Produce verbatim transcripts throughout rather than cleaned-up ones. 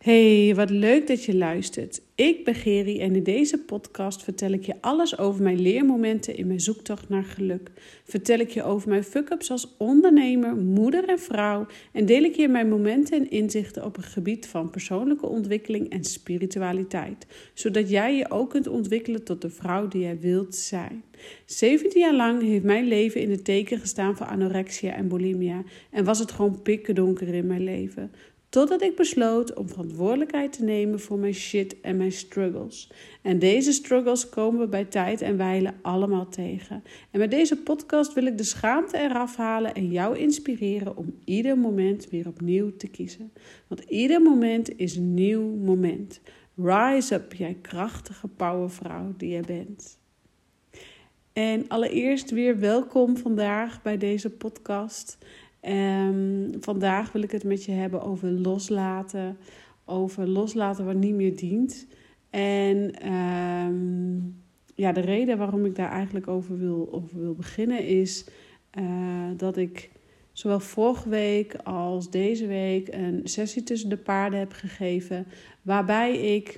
Hey, wat leuk dat je luistert. Ik ben Geri en in deze podcast vertel ik je alles over mijn leermomenten in mijn zoektocht naar geluk. Vertel ik je over mijn fuck-ups als ondernemer, moeder en vrouw en deel ik je mijn momenten en inzichten op het gebied van persoonlijke ontwikkeling en spiritualiteit. Zodat jij je ook kunt ontwikkelen tot de vrouw die jij wilt zijn. zeventien jaar lang heeft mijn leven in het teken gestaan voor anorexia en bulimia en was het gewoon pikkendonker in mijn leven. Totdat ik besloot om verantwoordelijkheid te nemen voor mijn shit en mijn struggles. En deze struggles komen we bij tijd en wijle allemaal tegen. En met deze podcast wil ik de schaamte eraf halen en jou inspireren om ieder moment weer opnieuw te kiezen. Want ieder moment is een nieuw moment. Rise up, jij krachtige powervrouw die jij bent. En allereerst weer welkom vandaag bij deze podcast. Um, vandaag wil ik het met je hebben over loslaten. Over loslaten wat niet meer dient. En um, ja, de reden waarom ik daar eigenlijk over wil, over wil beginnen is uh, dat ik zowel vorige week als deze week een sessie tussen de paarden heb gegeven. Waarbij ik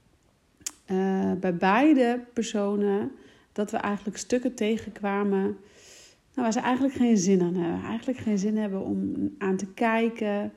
uh, bij beide personen dat we eigenlijk stukken tegenkwamen. Nou, waar ze eigenlijk geen zin aan hebben. Eigenlijk geen zin hebben om aan te kijken.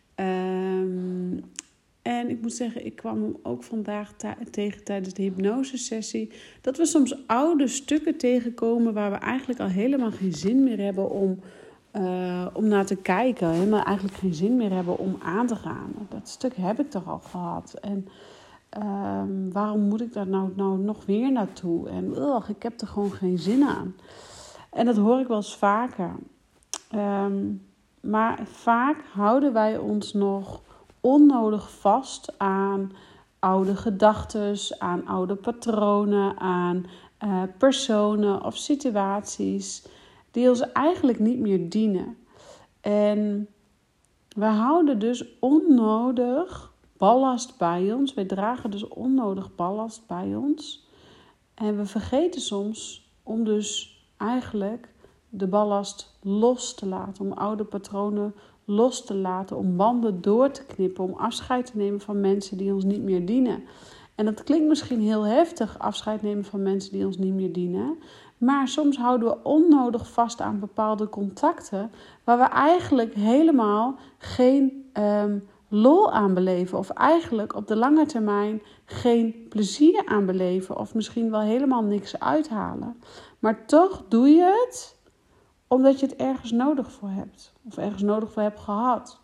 Um, en ik moet zeggen, ik kwam hem ook vandaag ta- tegen tijdens de hypnosesessie. Dat we soms oude stukken tegenkomen waar we eigenlijk al helemaal geen zin meer hebben om, uh, om naar te kijken. Helemaal eigenlijk geen zin meer hebben om aan te gaan. Dat stuk heb ik toch al gehad. En um, waarom moet ik daar nou, nou nog weer naartoe? En ugh, ik heb er gewoon geen zin aan. En dat hoor ik wel eens vaker. Um, maar vaak houden wij ons nog onnodig vast aan oude gedachten, aan oude patronen, aan uh, personen of situaties die ons eigenlijk niet meer dienen. En we houden dus onnodig ballast bij ons. Wij dragen dus onnodig ballast bij ons. En we vergeten soms om dus eigenlijk de ballast los te laten, om oude patronen los te laten, om banden door te knippen, om afscheid te nemen van mensen die ons niet meer dienen. En dat klinkt misschien heel heftig, afscheid nemen van mensen die ons niet meer dienen, maar soms houden we onnodig vast aan bepaalde contacten waar we eigenlijk helemaal geen um, lol aan beleven of eigenlijk op de lange termijn geen plezier aan beleven of misschien wel helemaal niks uithalen. Maar toch doe je het omdat je het ergens nodig voor hebt. Of ergens nodig voor hebt gehad.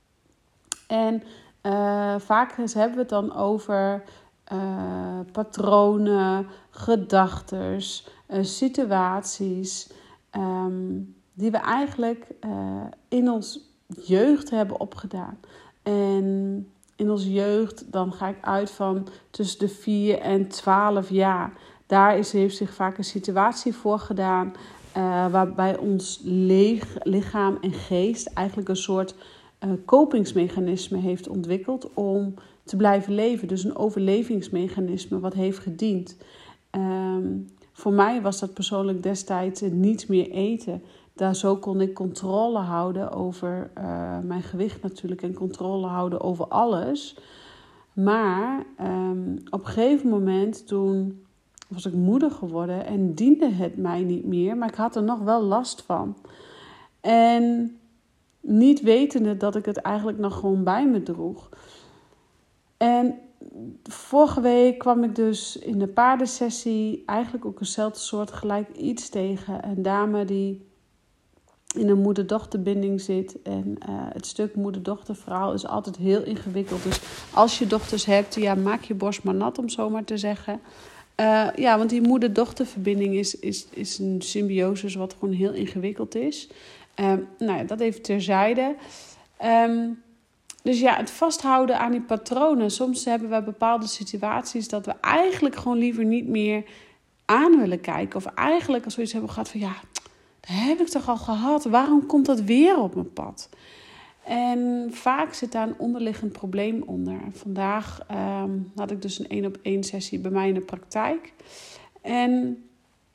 En uh, vaak hebben we het dan over uh, patronen, gedachten, uh, situaties. Um, die we eigenlijk uh, in ons jeugd hebben opgedaan. En in onze jeugd, dan ga ik uit van tussen de vier en twaalf jaar. Daar is, heeft zich vaak een situatie voor gedaan uh, waarbij ons leeg, lichaam en geest eigenlijk een soort uh, kopingsmechanisme heeft ontwikkeld om te blijven leven. Dus een overlevingsmechanisme wat heeft gediend. Um, voor mij was dat persoonlijk destijds niet meer eten. Daar zo kon ik controle houden over uh, mijn gewicht natuurlijk en controle houden over alles. Maar um, op een gegeven moment toen was ik moeder geworden en diende het mij niet meer. Maar ik had er nog wel last van. En niet wetende dat ik het eigenlijk nog gewoon bij me droeg. En vorige week kwam ik dus in de paardensessie eigenlijk ook eenzelfde soort gelijk iets tegen. Een dame die in een moeder-dochterbinding zit. En uh, het stuk moeder-dochterverhaal is altijd heel ingewikkeld. Dus als je dochters hebt, ja, maak je borst maar nat, om zo maar te zeggen. Uh, ja, want die moeder-dochterverbinding is, is, is een symbiose wat gewoon heel ingewikkeld is. Uh, nou ja, dat even terzijde. Um, dus ja, het vasthouden aan die patronen. Soms hebben we bepaalde situaties dat we eigenlijk gewoon liever niet meer aan willen kijken. Of eigenlijk als we iets hebben gehad van ja, dat heb ik toch al gehad. Waarom komt dat weer op mijn pad? En vaak zit daar een onderliggend probleem onder. Vandaag um, had ik dus een één op één sessie bij mij in de praktijk. En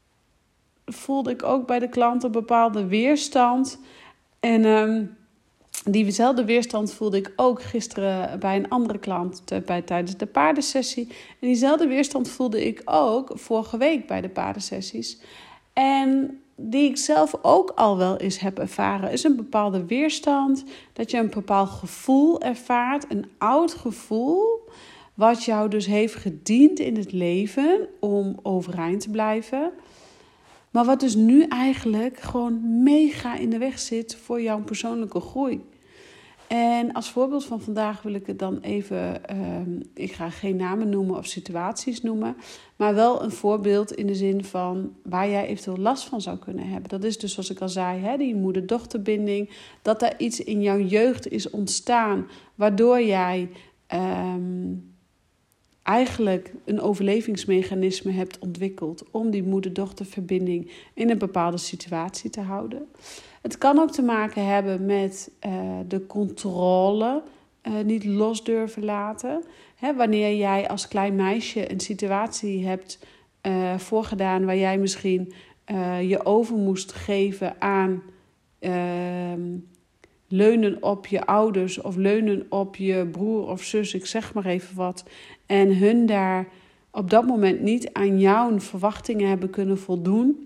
voelde ik ook bij de klanten bepaalde weerstand. En um, diezelfde weerstand voelde ik ook gisteren bij een andere klant bij, tijdens de paardensessie. En diezelfde weerstand voelde ik ook vorige week bij de paardensessies. En die ik zelf ook al wel eens heb ervaren, is een bepaalde weerstand. Dat je een bepaald gevoel ervaart, een oud gevoel, wat jou dus heeft gediend in het leven om overeind te blijven. Maar wat dus nu eigenlijk gewoon mega in de weg zit voor jouw persoonlijke groei. En als voorbeeld van vandaag wil ik het dan even, uh, ik ga geen namen noemen of situaties noemen, maar wel een voorbeeld in de zin van waar jij eventueel last van zou kunnen hebben. Dat is dus zoals ik al zei, hè, die moeder-dochterbinding, dat er iets in jouw jeugd is ontstaan, waardoor jij um, eigenlijk een overlevingsmechanisme hebt ontwikkeld om die moeder-dochterverbinding in een bepaalde situatie te houden. Het kan ook te maken hebben met uh, de controle uh, niet los durven laten. Hè, wanneer jij als klein meisje een situatie hebt uh, voorgedaan waar jij misschien uh, je over moest geven aan uh, leunen op je ouders of leunen op je broer of zus, ik zeg maar even wat. En hun daar op dat moment niet aan jouw verwachtingen hebben kunnen voldoen.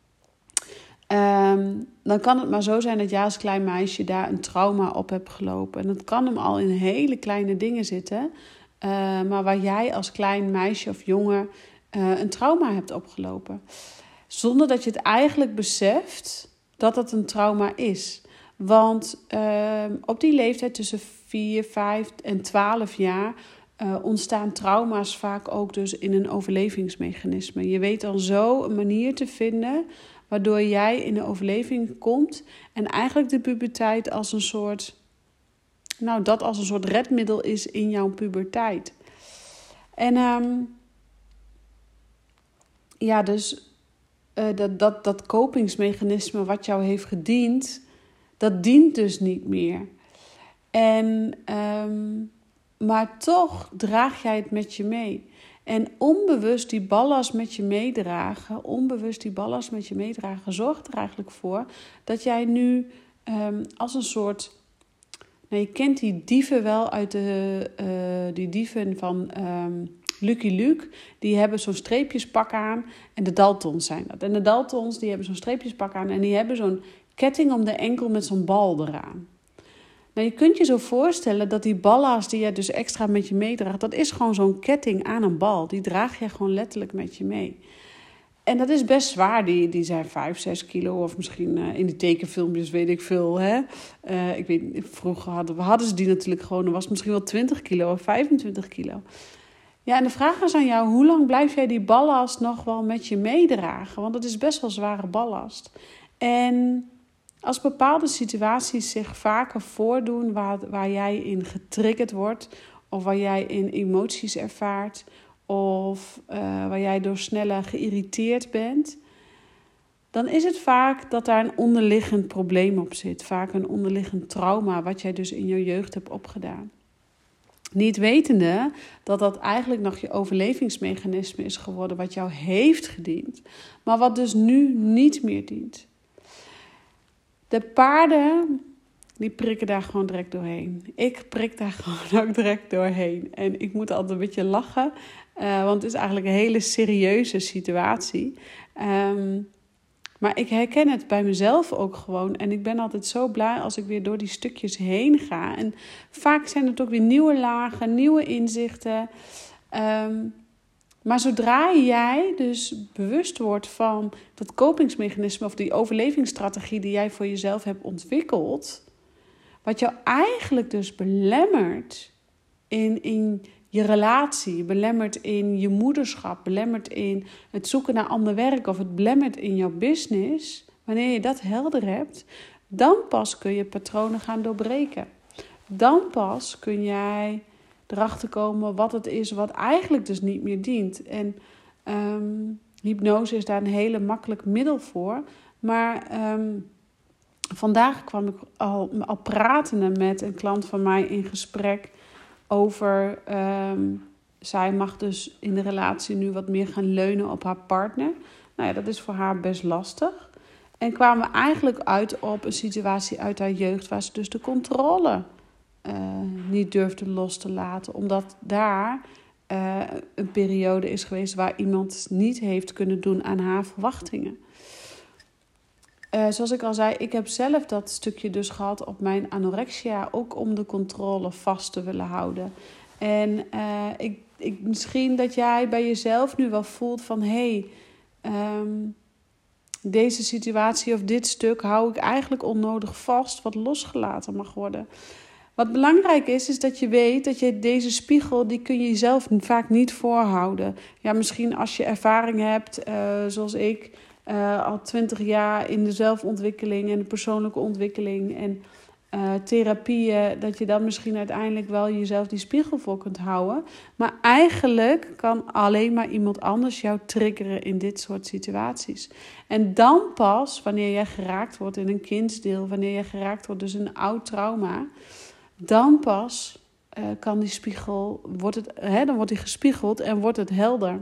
Um, dan kan het maar zo zijn dat jij als klein meisje daar een trauma op hebt gelopen. En dat kan hem al in hele kleine dingen zitten. Uh, maar waar jij als klein meisje of jongen uh, een trauma hebt opgelopen. Zonder dat je het eigenlijk beseft dat het een trauma is. Want uh, op die leeftijd tussen vier, vijf en twaalf jaar uh, ontstaan trauma's vaak ook dus in een overlevingsmechanisme. Je weet dan zo een manier te vinden waardoor jij in de overleving komt en eigenlijk de puberteit als een soort, nou dat als een soort redmiddel is in jouw puberteit. En um, ja, dus uh, dat, dat, dat kopingsmechanisme wat jou heeft gediend, dat dient dus niet meer. En, um, maar toch draag jij het met je mee. En onbewust die ballast met je meedragen, onbewust die ballast met je meedragen, zorgt er eigenlijk voor dat jij nu um, als een soort, nou je kent die dieven wel uit de, uh, die dieven van um, Lucky Luke, die hebben zo'n streepjespak aan en de Daltons zijn dat. En de Daltons die hebben zo'n streepjespak aan en die hebben zo'n ketting om de enkel met zo'n bal eraan. Nou, je kunt je zo voorstellen dat die ballast die je dus extra met je meedraagt, dat is gewoon zo'n ketting aan een bal. Die draag je gewoon letterlijk met je mee. En dat is best zwaar. Die, die zijn vijf, zes kilo of misschien uh, in die tekenfilmpjes weet ik veel. Hè? Uh, ik weet, vroeger hadden, hadden ze die natuurlijk gewoon. Dan was het misschien wel twintig kilo of vijfentwintig kilo. Ja, en de vraag is aan jou, hoe lang blijf jij die ballast nog wel met je meedragen? Want het is best wel zware ballast. En als bepaalde situaties zich vaker voordoen waar, waar jij in getriggerd wordt, of waar jij in emoties ervaart, of uh, waar jij door sneller geïrriteerd bent, dan is het vaak dat daar een onderliggend probleem op zit. Vaak een onderliggend trauma wat jij dus in je jeugd hebt opgedaan. Niet wetende dat dat eigenlijk nog je overlevingsmechanisme is geworden wat jou heeft gediend, maar wat dus nu niet meer dient. De paarden, die prikken daar gewoon direct doorheen. Ik prik daar gewoon ook direct doorheen. En ik moet altijd een beetje lachen, uh, want het is eigenlijk een hele serieuze situatie. Um, maar ik herken het bij mezelf ook gewoon. En ik ben altijd zo blij als ik weer door die stukjes heen ga. En vaak zijn het ook weer nieuwe lagen, nieuwe inzichten. Um, Maar zodra jij dus bewust wordt van dat kopingsmechanisme of die overlevingsstrategie die jij voor jezelf hebt ontwikkeld, wat jou eigenlijk dus belemmert in, in je relatie, belemmert in je moederschap, belemmert in het zoeken naar ander werk of het belemmert in jouw business, wanneer je dat helder hebt, dan pas kun je patronen gaan doorbreken. Dan pas kun jij erachter komen wat het is wat eigenlijk dus niet meer dient. En um, hypnose is daar een hele makkelijk middel voor. Maar um, vandaag kwam ik al, al pratende met een klant van mij in gesprek over Um, zij mag dus in de relatie nu wat meer gaan leunen op haar partner. Nou ja, dat is voor haar best lastig. En kwamen we eigenlijk uit op een situatie uit haar jeugd waar ze dus de controle uh, niet durfde los te laten. Omdat daar uh, een periode is geweest waar iemand niet heeft kunnen doen aan haar verwachtingen. Uh, zoals ik al zei, ik heb zelf dat stukje dus gehad op mijn anorexia, ook om de controle vast te willen houden. En uh, ik, ik, misschien dat jij bij jezelf nu wel voelt van, hé, hey, um, deze situatie of dit stuk hou ik eigenlijk onnodig vast, wat losgelaten mag worden. Wat belangrijk is, is dat je weet dat je deze spiegel, die kun je jezelf vaak niet voorhouden. Ja, misschien als je ervaring hebt, uh, zoals ik, uh, al twintig jaar in de zelfontwikkeling en de persoonlijke ontwikkeling en uh, therapieën, dat je dan misschien uiteindelijk wel jezelf die spiegel voor kunt houden. Maar eigenlijk kan alleen maar iemand anders jou triggeren in dit soort situaties. En dan pas, wanneer jij geraakt wordt in een kindsdeel, wanneer je geraakt wordt dus in een oud trauma, dan pas uh, kan die spiegel, wordt het, hè, dan wordt die gespiegeld en wordt het helder.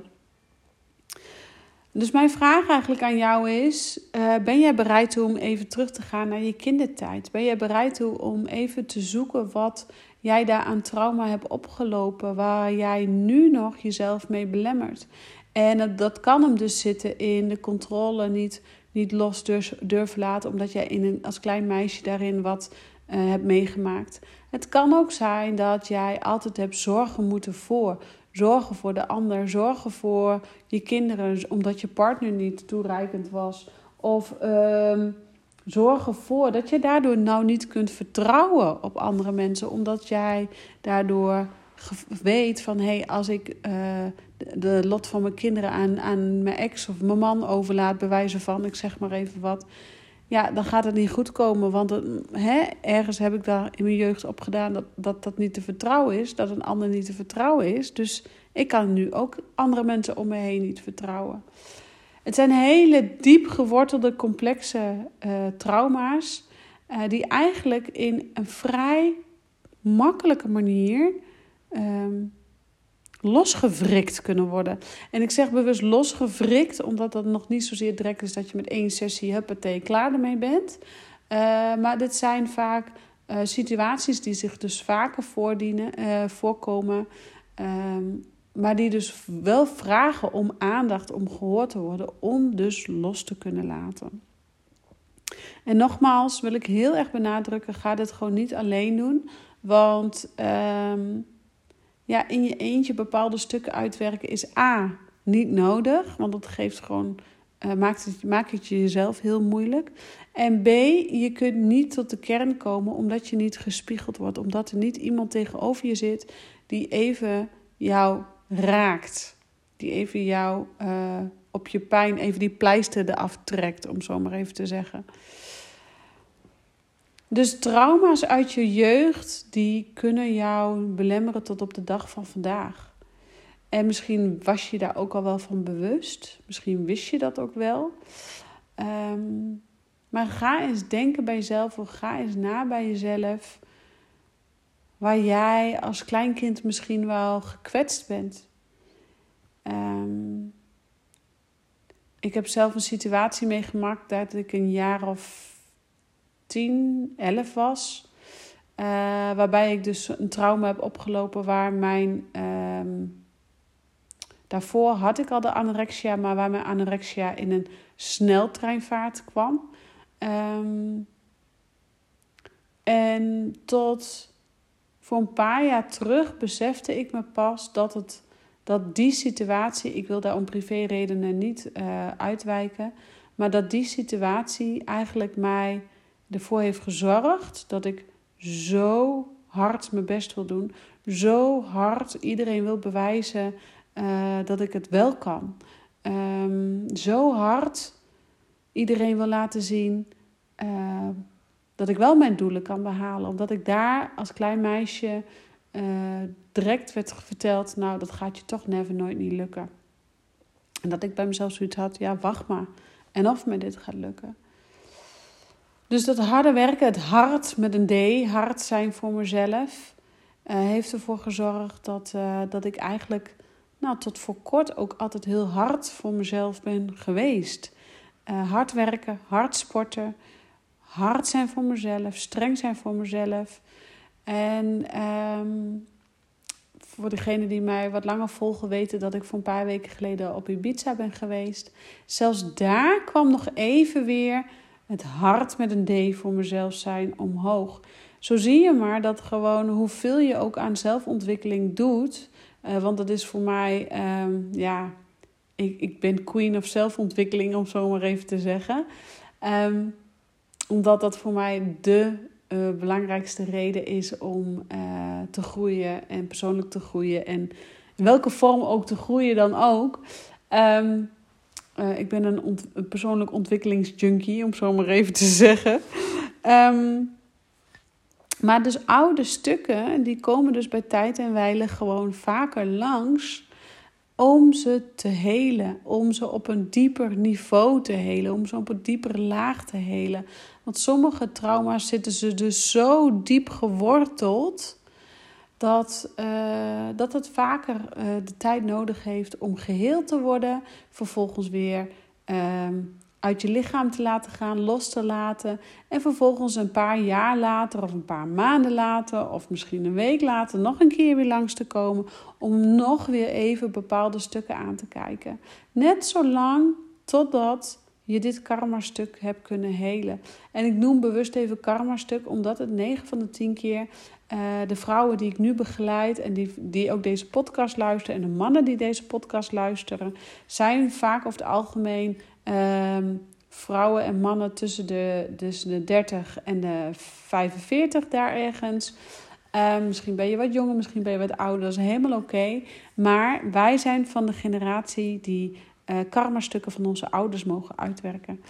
Dus mijn vraag eigenlijk aan jou is, uh, ben jij bereid om even terug te gaan naar je kindertijd? Ben jij bereid om even te zoeken wat jij daar aan trauma hebt opgelopen, waar jij nu nog jezelf mee belemmert? En dat, dat kan hem dus zitten in de controle niet, niet los durven laten, omdat jij in een, als klein meisje daarin wat uh, hebt meegemaakt. Het kan ook zijn dat jij altijd hebt zorgen moeten voor. Zorgen voor de ander, zorgen voor je kinderen, omdat je partner niet toereikend was. Of uh, zorgen voor dat je daardoor nou niet kunt vertrouwen op andere mensen. Omdat jij daardoor weet van, hé, hey, als ik uh, de, de lot van mijn kinderen aan, aan mijn ex of mijn man overlaat, bij wijze van, ik zeg maar even wat, ja, dan gaat het niet goed komen. Want het, hè, ergens heb ik daar in mijn jeugd op gedaan dat, dat dat niet te vertrouwen is. Dat een ander niet te vertrouwen is. Dus ik kan nu ook andere mensen om me heen niet vertrouwen. Het zijn hele diep gewortelde, complexe uh, trauma's. Uh, die eigenlijk in een vrij makkelijke manier Um, losgewrikt kunnen worden. En ik zeg bewust losgewrikt, omdat dat nog niet zozeer direct is dat je met één sessie huppatee klaar ermee bent. Uh, maar dit zijn vaak uh, situaties die zich dus vaker voordienen, uh, voorkomen. Um, maar die dus wel vragen om aandacht, om gehoord te worden, om dus los te kunnen laten. En nogmaals wil ik heel erg benadrukken, ga dit gewoon niet alleen doen. Want Um, Ja, in je eentje bepaalde stukken uitwerken is A, niet nodig. Want dat geeft gewoon, uh, maakt, het, maakt het jezelf heel moeilijk. En B, je kunt niet tot de kern komen omdat je niet gespiegeld wordt. Omdat er niet iemand tegenover je zit die even jou raakt. Die even jou uh, op je pijn, even die pleister eraf trekt, om zo maar even te zeggen. Dus trauma's uit je jeugd, die kunnen jou belemmeren tot op de dag van vandaag. En misschien was je daar ook al wel van bewust. Misschien wist je dat ook wel. Um, maar ga eens denken bij jezelf, of ga eens na bij jezelf, waar jij als kleinkind misschien wel gekwetst bent. Um, ik heb zelf een situatie meegemaakt dat ik een jaar of tien, elf was. Uh, waarbij ik dus een trauma heb opgelopen waar mijn Um, daarvoor had ik al de anorexia, maar waar mijn anorexia in een sneltreinvaart kwam. Um, en tot voor een paar jaar terug besefte ik me pas dat, het, dat die situatie, ik wil daar om privéredenen niet uh, uitwijken, maar dat die situatie eigenlijk mij ervoor heeft gezorgd dat ik zo hard mijn best wil doen. Zo hard iedereen wil bewijzen uh, dat ik het wel kan. Um, zo hard iedereen wil laten zien uh, dat ik wel mijn doelen kan behalen. Omdat ik daar als klein meisje uh, direct werd verteld, nou, dat gaat je toch never nooit niet lukken. En dat ik bij mezelf zoiets had, ja, wacht maar. En of me dit gaat lukken. Dus dat harde werken, het hard met een D, hard zijn voor mezelf, uh, heeft ervoor gezorgd dat, uh, dat ik eigenlijk, nou, tot voor kort ook altijd heel hard voor mezelf ben geweest. Uh, hard werken, hard sporten, hard zijn voor mezelf, streng zijn voor mezelf. En um, voor degenen die mij wat langer volgen weten dat ik voor een paar weken geleden op Ibiza ben geweest. Zelfs daar kwam nog even weer het hart met een D voor mezelf zijn omhoog. Zo zie je maar dat gewoon hoeveel je ook aan zelfontwikkeling doet. Uh, want dat is voor mij, um, ja, ik, ik ben queen of zelfontwikkeling om zo maar even te zeggen. Um, omdat dat voor mij de uh, belangrijkste reden is om uh, te groeien en persoonlijk te groeien. En in welke vorm ook te groeien dan ook. Um, uh, ik ben een, ont- een persoonlijk ontwikkelingsjunkie, om zo maar even te zeggen. Um, maar dus oude stukken, die komen dus bij tijd en wijle gewoon vaker langs om ze te helen, om ze op een dieper niveau te helen, om ze op een diepere laag te helen. Want sommige trauma's zitten ze dus zo diep geworteld dat, uh, dat het vaker uh, de tijd nodig heeft om geheeld te worden, vervolgens weer uh, uit je lichaam te laten gaan, los te laten en vervolgens een paar jaar later of een paar maanden later of misschien een week later nog een keer weer langs te komen om nog weer even bepaalde stukken aan te kijken. Net zolang totdat je dit karma-stuk hebt kunnen helen. En ik noem bewust even karma-stuk omdat het negen van de tien keer uh, de vrouwen die ik nu begeleid en die, die ook deze podcast luisteren en de mannen die deze podcast luisteren, zijn vaak over het algemeen Um, vrouwen en mannen tussen de, tussen de dertig en de vijfenveertig daar ergens. Um, misschien ben je wat jonger, misschien ben je wat ouder, dat is helemaal oké. Okay. Maar wij zijn van de generatie die uh, karma-stukken van onze ouders mogen uitwerken.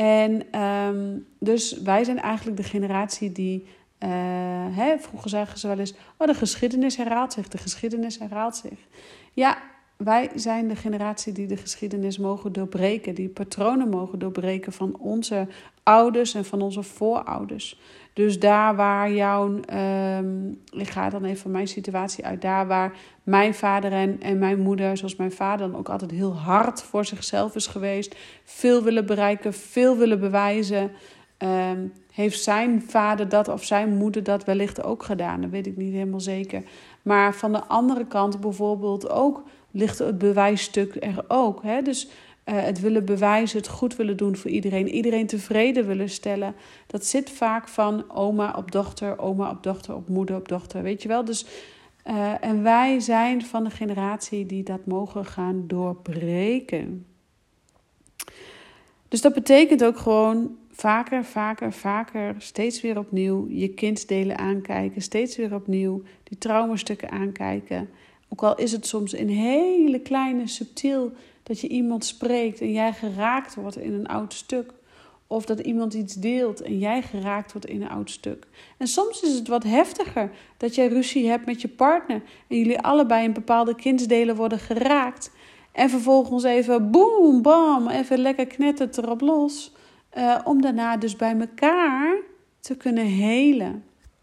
En um, dus wij zijn eigenlijk de generatie die, uh, hè, vroeger zeggen ze wel eens, oh, de geschiedenis herhaalt zich, de geschiedenis herhaalt zich. Ja, wij zijn de generatie die de geschiedenis mogen doorbreken, die patronen mogen doorbreken van onze ouders en van onze voorouders. Dus daar waar jouw, um, ik ga dan even van mijn situatie uit, daar waar mijn vader en, en mijn moeder, zoals mijn vader dan ook altijd heel hard voor zichzelf is geweest, veel willen bereiken, veel willen bewijzen, um, heeft zijn vader dat of zijn moeder dat wellicht ook gedaan. Dat weet ik niet helemaal zeker. Maar van de andere kant bijvoorbeeld ook ligt het bewijsstuk er ook. Hè? Dus uh, het willen bewijzen, het goed willen doen voor iedereen. Iedereen tevreden willen stellen. Dat zit vaak van oma op dochter, oma op dochter, op moeder op dochter. Weet je wel? Dus, uh, en wij zijn van de generatie die dat mogen gaan doorbreken. Dus dat betekent ook gewoon vaker, vaker, vaker, steeds weer opnieuw je kindsdelen aankijken. Steeds weer opnieuw die traumastukken aankijken. Ook al is het soms een hele kleine, subtiel, dat je iemand spreekt en jij geraakt wordt in een oud stuk. Of dat iemand iets deelt en jij geraakt wordt in een oud stuk. En soms is het wat heftiger dat jij ruzie hebt met je partner en jullie allebei in bepaalde kindsdelen worden geraakt. En vervolgens even boem, bam, even lekker knettert erop los. Uh, om daarna dus bij elkaar te kunnen helen.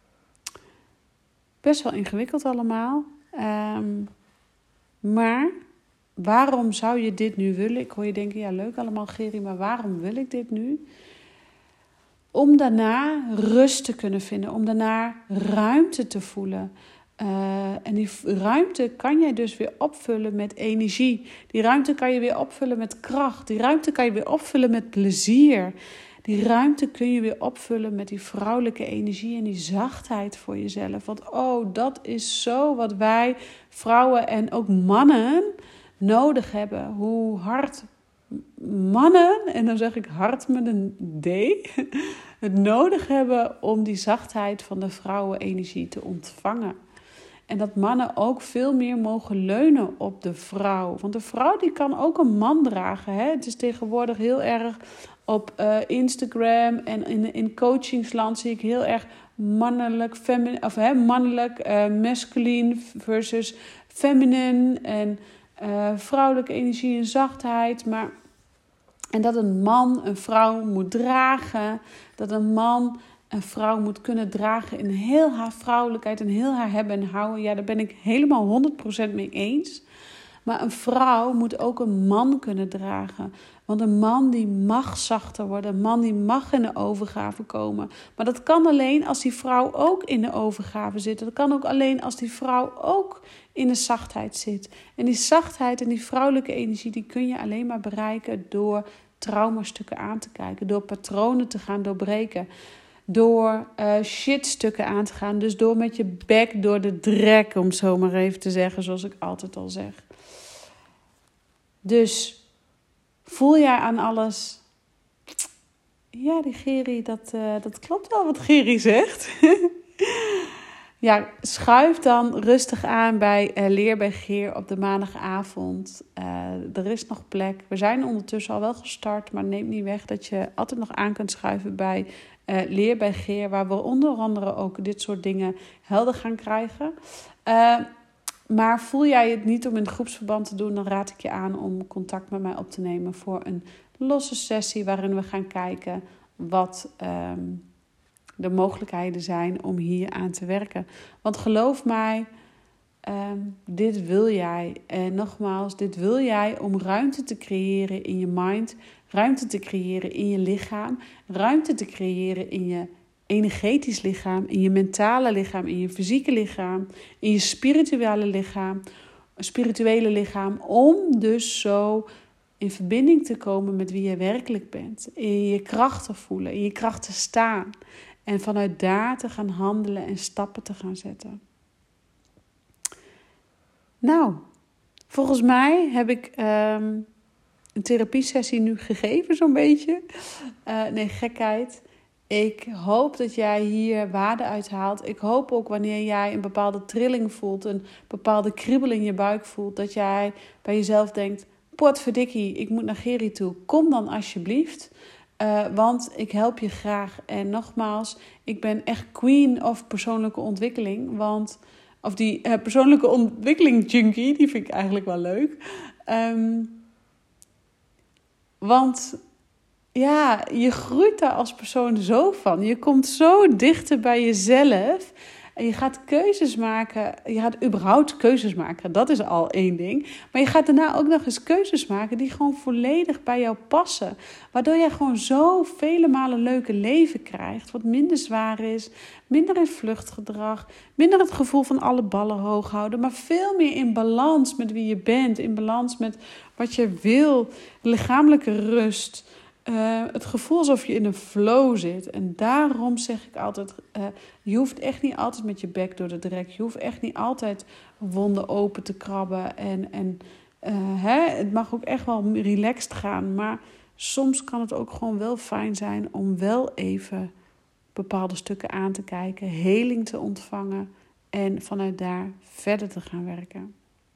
Best wel ingewikkeld allemaal. Um, maar waarom zou je dit nu willen? Ik hoor je denken, ja leuk allemaal Geri, maar waarom wil ik dit nu? Om daarna rust te kunnen vinden, om daarna ruimte te voelen. Uh, en die ruimte kan jij dus weer opvullen met energie. Die ruimte kan je weer opvullen met kracht. Die ruimte kan je weer opvullen met plezier. Die ruimte kun je weer opvullen met die vrouwelijke energie en die zachtheid voor jezelf. Want oh, dat is zo wat wij vrouwen en ook mannen nodig hebben. Hoe hard mannen, en dan zeg ik hard met een D, het nodig hebben om die zachtheid van de vrouwenenergie te ontvangen. En dat mannen ook veel meer mogen leunen op de vrouw. Want de vrouw die kan ook een man dragen. Hè? Het is tegenwoordig heel erg op uh, Instagram en in, in coachingsland zie ik heel erg mannelijk, femi- of, hè, mannelijk uh, masculine versus feminine en uh, vrouwelijke energie en zachtheid. Maar, en dat een man een vrouw moet dragen, dat een man een vrouw moet kunnen dragen in heel haar vrouwelijkheid en heel haar hebben en houden. Ja, daar ben ik helemaal honderd procent mee eens. Maar een vrouw moet ook een man kunnen dragen. Want een man die mag zachter worden. Een man die mag in de overgave komen. Maar dat kan alleen als die vrouw ook in de overgave zit. Dat kan ook alleen als die vrouw ook in de zachtheid zit. En die zachtheid en die vrouwelijke energie, die kun je alleen maar bereiken door traumastukken aan te kijken. Door patronen te gaan doorbreken. Door uh, shitstukken aan te gaan. Dus door met je bek door de drek, om het zo maar even te zeggen, zoals ik altijd al zeg. Dus voel jij aan alles? Ja, die Geri, dat, uh, dat klopt wel wat Geri zegt. Ja, schuif dan rustig aan bij uh, Leer bij Geer op de maandagavond. Uh, er is nog plek. We zijn ondertussen al wel gestart, maar neem niet weg dat je altijd nog aan kunt schuiven bij uh, Leer bij Geer, waar we onder andere ook dit soort dingen helder gaan krijgen. Uh, maar voel jij het niet om in het groepsverband te doen, dan raad ik je aan om contact met mij op te nemen voor een losse sessie waarin we gaan kijken wat Um, de mogelijkheden zijn om hier aan te werken. Want geloof mij, um, dit wil jij. En nogmaals, dit wil jij om ruimte te creëren in je mind, ruimte te creëren in je lichaam, ruimte te creëren in je energetisch lichaam, in je mentale lichaam, in je fysieke lichaam, in je spirituele lichaam, spirituele lichaam, om dus zo in verbinding te komen met wie je werkelijk bent. In je kracht te voelen, in je kracht te staan. En vanuit daar te gaan handelen en stappen te gaan zetten. Nou, volgens mij heb ik um, een therapiesessie nu gegeven, zo'n beetje. Uh, nee, gekheid. Ik hoop dat jij hier waarde uit haalt. Ik hoop ook wanneer jij een bepaalde trilling voelt, een bepaalde kriebel in je buik voelt, dat jij bij jezelf denkt, potverdikkie, ik moet naar Geri toe. Kom dan alsjeblieft. Uh, want ik help je graag. En nogmaals, ik ben echt queen of persoonlijke ontwikkeling. Want, of die uh, persoonlijke ontwikkeling junkie, die vind ik eigenlijk wel leuk. Um, want ja, je groeit daar als persoon zo van. Je komt zo dichter bij jezelf. En je gaat keuzes maken. Je gaat überhaupt keuzes maken. Dat is al één ding. Maar je gaat daarna ook nog eens keuzes maken die gewoon volledig bij jou passen. Waardoor jij gewoon zo vele malen leuke leven krijgt. Wat minder zwaar is. Minder in vluchtgedrag. Minder het gevoel van alle ballen hoog houden. Maar veel meer in balans met wie je bent. In balans met wat je wil. Lichamelijke rust. Uh, het gevoel alsof je in een flow zit. En daarom zeg ik altijd, Uh, je hoeft echt niet altijd met je bek door de drek. Je hoeft echt niet altijd wonden open te krabben. En, en uh, hè, het mag ook echt wel relaxed gaan. Maar soms kan het ook gewoon wel fijn zijn om wel even bepaalde stukken aan te kijken. Heling te ontvangen. En vanuit daar verder te gaan werken.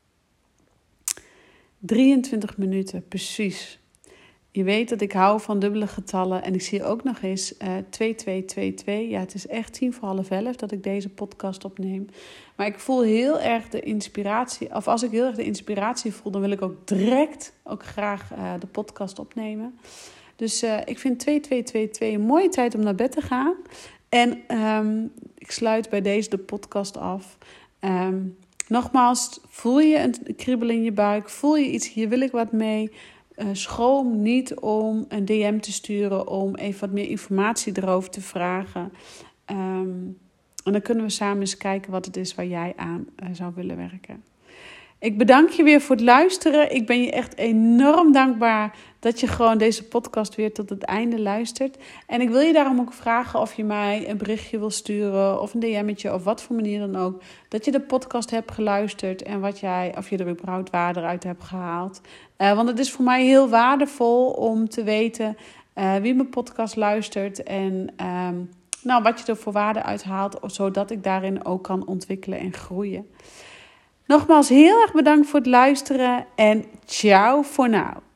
drieëntwintig minuten, precies. Je weet dat ik hou van dubbele getallen. En ik zie ook nog eens uh, twee twee twee twee. Ja, het is echt tien voor half elf dat ik deze podcast opneem. Maar ik voel heel erg de inspiratie. Of als ik heel erg de inspiratie voel, dan wil ik ook direct ook graag uh, de podcast opnemen. Dus uh, ik vind twee twee twee twee een mooie tijd om naar bed te gaan. En um, ik sluit bij deze de podcast af. Um, nogmaals, voel je een kriebel in je buik? Voel je iets, hier wil ik wat mee? Uh, schroom niet om een D M te sturen, om even wat meer informatie erover te vragen. Um, en dan kunnen we samen eens kijken wat het is waar jij aan uh, zou willen werken. Ik bedank je weer voor het luisteren. Ik ben je echt enorm dankbaar dat je gewoon deze podcast weer tot het einde luistert. En ik wil je daarom ook vragen of je mij een berichtje wil sturen of een D M'tje of wat voor manier dan ook. Dat je de podcast hebt geluisterd en wat jij, of je er überhaupt waarde uit hebt gehaald. Uh, want het is voor mij heel waardevol om te weten uh, wie mijn podcast luistert en um, nou, wat je er voor waarde uit haalt, zodat ik daarin ook kan ontwikkelen en groeien. Nogmaals heel erg bedankt voor het luisteren en ciao voor nu.